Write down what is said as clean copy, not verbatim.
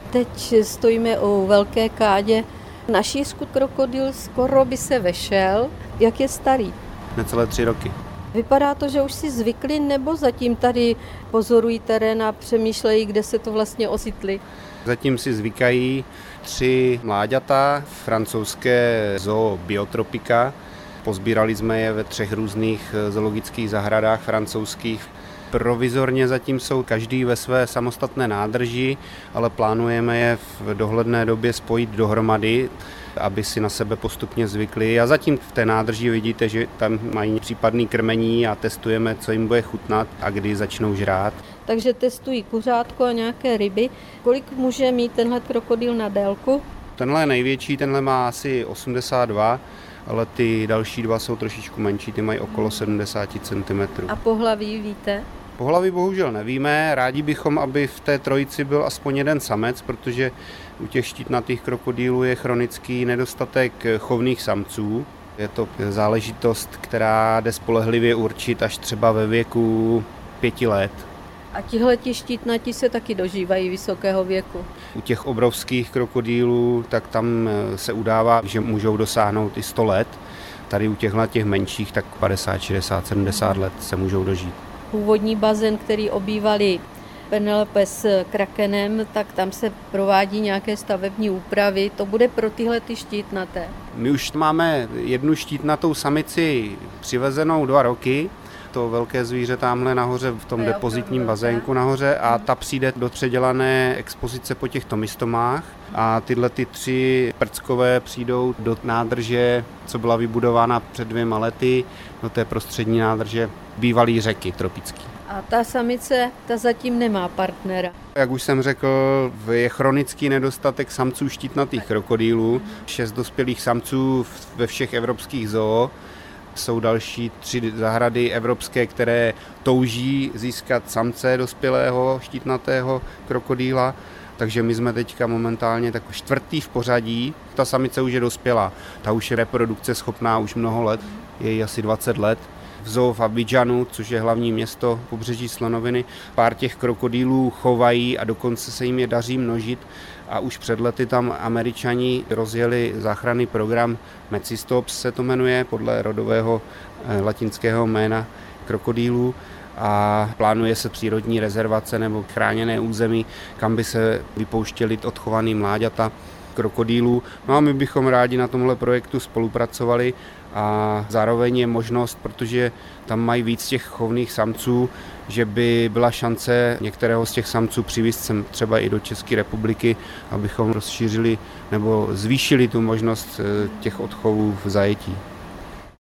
Teď stojíme u Velké Kádě. Na šířku krokodýl skoro by se vešel. Jak je starý? Necelé 3 roky. Vypadá to, že už si zvykli, nebo zatím tady pozorují terén a přemýšlejí, kde se to vlastně ocitli? Zatím si zvykají 3 mláďata francouzské zoo Biotropika. Pozbírali jsme je ve 3 různých zoologických zahradách francouzských. Provizorně zatím jsou každý ve své samostatné nádrži, ale plánujeme je v dohledné době spojit dohromady, aby si na sebe postupně zvykli. A zatím v té nádrži vidíte, že tam mají případný krmení a testujeme, co jim bude chutnat a kdy začnou žrát. Takže testují kuřátko a nějaké ryby. Kolik může mít tenhle krokodýl na délku? Tenhle je největší, tenhle má asi 82, ale ty další 2 jsou trošičku menší, ty mají okolo 70 cm. A pohlaví víte? Pohlaví bohužel nevíme, rádi bychom, aby v té trojici byl aspoň jeden samec, protože u těch štítnatých krokodýlů je chronický nedostatek chovných samců. Je to záležitost, která jde spolehlivě určit až třeba ve věku 5 let. A tihleti štítnatí se taky dožívají vysokého věku. U těch obrovských krokodýlů, tak tam se udává, že můžou dosáhnout i 100 let. Tady u těch menších tak 50, 60, 70 let se můžou dožít. Původní bazén, který obývali Penelope s krakenem, tak tam se provádí nějaké stavební úpravy. To bude pro tyhle ty štítnaté. My už máme jednu štítnatou samici přivezenou 2 roky. To velké zvíře tamhle nahoře v tom depozitním bazénku nahoře a ta přijde do předělané expozice po těchto mistomách a tyhle ty 3 prckové přijdou do nádrže, co byla vybudována před 2 lety, do té prostřední nádrže bývalý řeky tropický. A ta samice, ta zatím nemá partnera. Jak už jsem řekl, je chronický nedostatek samců štítnatých krokodýlů, 6 dospělých samců ve všech evropských zoo. Jsou další 3 zahrady evropské, které touží získat samce dospělého štítnatého krokodýla, takže my jsme teďka momentálně tak 4. v pořadí. Ta samice už je dospělá, ta už je reprodukce schopná už mnoho let, je jí asi 20 let. V zoo v Abidžanu, což je hlavní město pobřeží Slonoviny, pár těch krokodýlů chovají a dokonce se jim je daří množit. A už před lety tam Američani rozjeli záchranný program Mecistops, se to jmenuje, podle rodového latinského jména krokodýlů. A plánuje se přírodní rezervace nebo chráněné území, kam by se vypouštěli odchovaný mláďata krokodýlů. No a my bychom rádi na tomhle projektu spolupracovali a zároveň je možnost, protože tam mají víc těch chovných samců, že by byla šance některého z těch samců přivést sem třeba i do České republiky, abychom rozšířili nebo zvýšili tu možnost těch odchovů v zajetí.